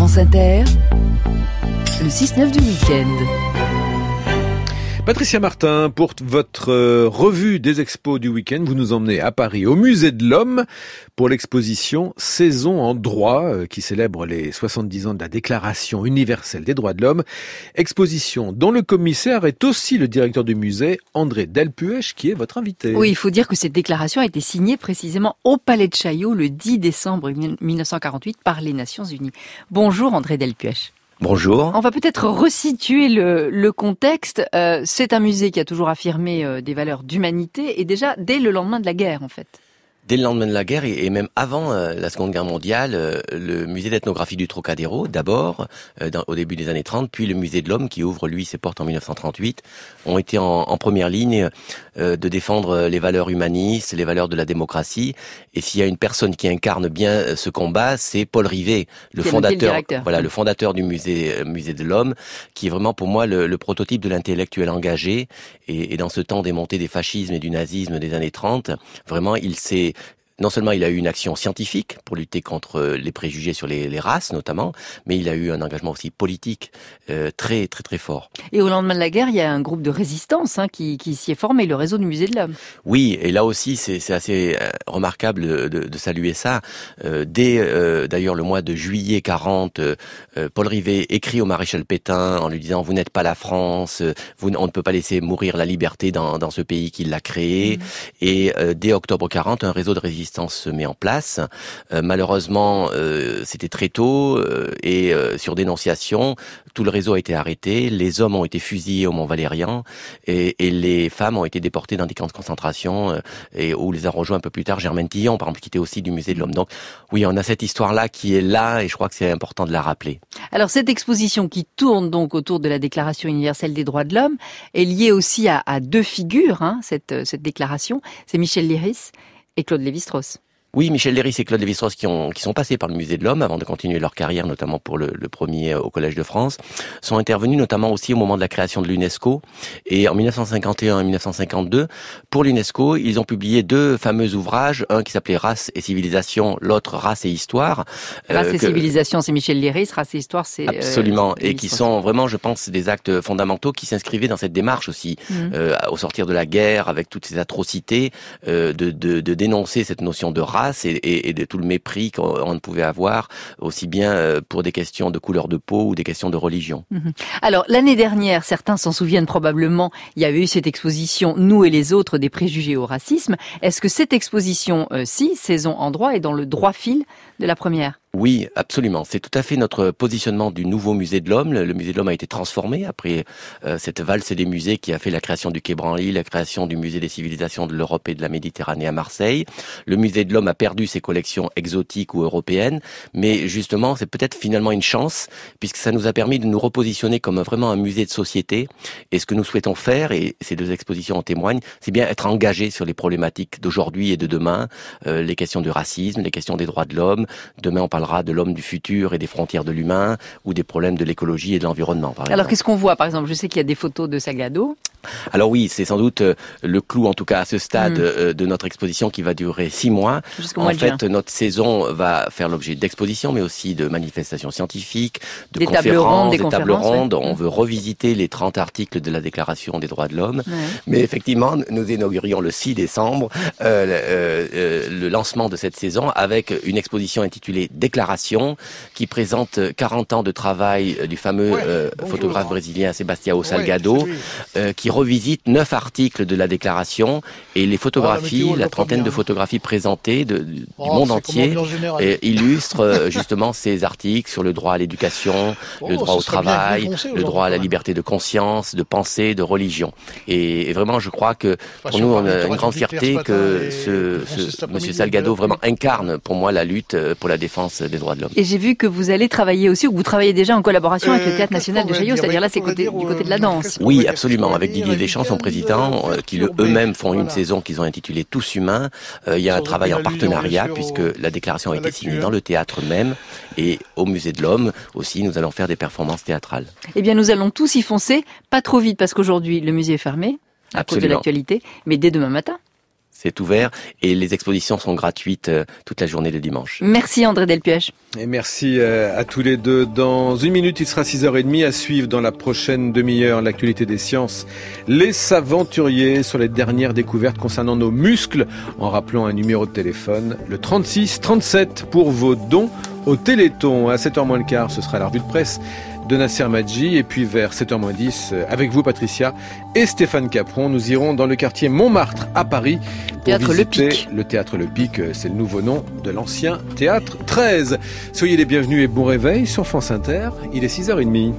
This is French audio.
France Inter, le 6-9 du week-end. Patricia Martin, pour votre revue des expos du week-end, vous nous emmenez à Paris, au Musée de l'Homme, pour l'exposition Saison en droit, qui célèbre les 70 ans de la Déclaration universelle des droits de l'homme. Exposition dont le commissaire est aussi le directeur du musée, André Delpuech, qui est votre invité. Oui, il faut dire que cette déclaration a été signée précisément au Palais de Chaillot le 10 décembre 1948 par les Nations Unies. Bonjour André Delpuech. Bonjour. On va peut-être resituer le contexte. C'est un musée qui a toujours affirmé des valeurs d'humanité et déjà dès le lendemain de la guerre en fait. Dès le lendemain de la guerre et même avant la Seconde Guerre mondiale, le musée d'ethnographie du Trocadéro, d'abord, au début des années 30, puis le musée de l'Homme, qui ouvre lui ses portes en 1938, ont été en première ligne de défendre les valeurs humanistes, les valeurs de la démocratie. Et s'il y a une personne qui incarne bien ce combat, c'est Paul Rivet, le fondateur du musée de l'Homme, qui est vraiment pour moi le prototype de l'intellectuel engagé. Et dans ce temps des montées des fascismes et du nazisme des années 30, vraiment non seulement il a eu une action scientifique pour lutter contre les préjugés sur les races notamment, mais il a eu un engagement aussi politique très très très fort. Et au lendemain de la guerre, il y a un groupe de résistance qui s'y est formé, le réseau du Musée de l'Homme. Oui, et là aussi c'est assez remarquable de saluer ça. Dès d'ailleurs le mois de juillet 40, Paul Rivet écrit au maréchal Pétain en lui disant « Vous n'êtes pas la France, on ne peut pas laisser mourir la liberté dans ce pays qui l'a créé ». Et dès octobre 40, un réseau de résistance se met en place. Malheureusement, c'était très tôt et sur dénonciation, tout le réseau a été arrêté. Les hommes ont été fusillés au Mont-Valérien et les femmes ont été déportées dans des camps de concentration et où les a rejoints un peu plus tard Germaine Tillon, par exemple, qui était aussi du Musée de l'Homme. Donc oui, on a cette histoire-là qui est là et je crois que c'est important de la rappeler. Alors cette exposition qui tourne donc autour de la Déclaration universelle des droits de l'homme est liée aussi à deux figures, cette déclaration. C'est Michel Leiris et Claude Lévi-Strauss. Oui, Michel Leiris et Claude Lévi-Strauss qui sont passés par le Musée de l'Homme avant de continuer leur carrière, notamment pour le premier au Collège de France, sont intervenus notamment aussi au moment de la création de l'UNESCO. Et en 1951 et 1952, pour l'UNESCO, ils ont publié deux fameux ouvrages, un qui s'appelait Race et civilisation, l'autre Race et histoire. Race et civilisation, c'est Michel Leiris, Race et histoire, c'est... Absolument, et qui sont vraiment, je pense, des actes fondamentaux qui s'inscrivaient dans cette démarche aussi, au sortir de la guerre, avec toutes ces atrocités, de dénoncer cette notion de race, et de tout le mépris qu'on ne pouvait avoir, aussi bien pour des questions de couleur de peau ou des questions de religion. Alors, l'année dernière, certains s'en souviennent probablement, il y avait eu cette exposition « Nous et les autres, des préjugés au racisme ». Est-ce que cette exposition-ci, Saison en droit, est dans le droit fil de la première ? Oui, absolument. C'est tout à fait notre positionnement du nouveau Musée de l'Homme. Le Musée de l'Homme a été transformé après cette valse des musées qui a fait la création du Quai Branly, la création du Musée des civilisations de l'Europe et de la Méditerranée à Marseille. Le Musée de l'Homme a perdu ses collections exotiques ou européennes, mais justement, c'est peut-être finalement une chance, puisque ça nous a permis de nous repositionner comme vraiment un musée de société. Et ce que nous souhaitons faire, et ces deux expositions en témoignent, c'est bien être engagé sur les problématiques d'aujourd'hui et de demain, les questions du racisme, les questions des droits de l'homme. Demain, on parlera de l'homme du futur et des frontières de l'humain, ou des problèmes de l'écologie et de l'environnement, par exemple. Alors, qu'est-ce qu'on voit, par exemple ? Je sais qu'il y a des photos de Salgado. Alors oui, c'est sans doute le clou, en tout cas à ce stade, de notre exposition qui va durer 6 mois. Jusqu'au mois de juin. Notre saison va faire l'objet d'expositions, mais aussi de manifestations scientifiques, de des conférences, tables rondes. On veut revisiter les 30 articles de la Déclaration des droits de l'homme. Ouais. Mais effectivement, nous inaugurions le 6 décembre le lancement de cette saison avec une exposition intitulée Déclaration, qui présente 40 ans de travail du fameux photographe brésilien Sebastião Salgado, qui revisite 9 articles de la Déclaration et les photographies, la trentaine de photographies présentées du monde entier illustrent justement ces articles sur le droit à l'éducation, le droit au travail, le droit à la liberté de conscience, de pensée, de religion. Et vraiment, je crois que pour nous, on a une grande fierté que Monsieur Salgado vraiment incarne pour moi la lutte pour la défense des droits de l'homme. Et j'ai vu que vous allez travailler aussi, ou que vous travaillez déjà en collaboration avec le Théâtre National de Chaillot, c'est-à-dire là, c'est du côté de la danse. Oui, absolument. Avec Didier Deschamps, son président, qui eux-mêmes font une saison qu'ils ont intitulée Tous humains. Il y a un travail en partenariat, puisque la déclaration a été signée dans le théâtre même, et au Musée de l'Homme aussi, nous allons faire des performances théâtrales. Eh bien, nous allons tous y foncer, pas trop vite, parce qu'aujourd'hui, le musée est fermé, à cause de l'actualité, mais dès demain matin. c'est ouvert et les expositions sont gratuites toute la journée de dimanche. Merci André Delpuech. Et merci à tous les deux. Dans une minute, il sera 6h30 à suivre dans la prochaine demi-heure l'actualité des sciences. Les Saventuriers sur les dernières découvertes concernant nos muscles en rappelant un numéro de téléphone, le 36 37 pour vos dons au Téléthon. À 7h moins le quart, ce sera la revue de presse de Nasser Madji. Et puis vers 7h10, avec vous Patricia et Stéphane Capron, nous irons dans le quartier Montmartre à Paris pour Théâtre visiter Le Pic. le Théâtre Le Pic. C'est le nouveau nom de l'ancien Théâtre 13. Soyez les bienvenus et bon réveil sur France Inter. Il est 6h30.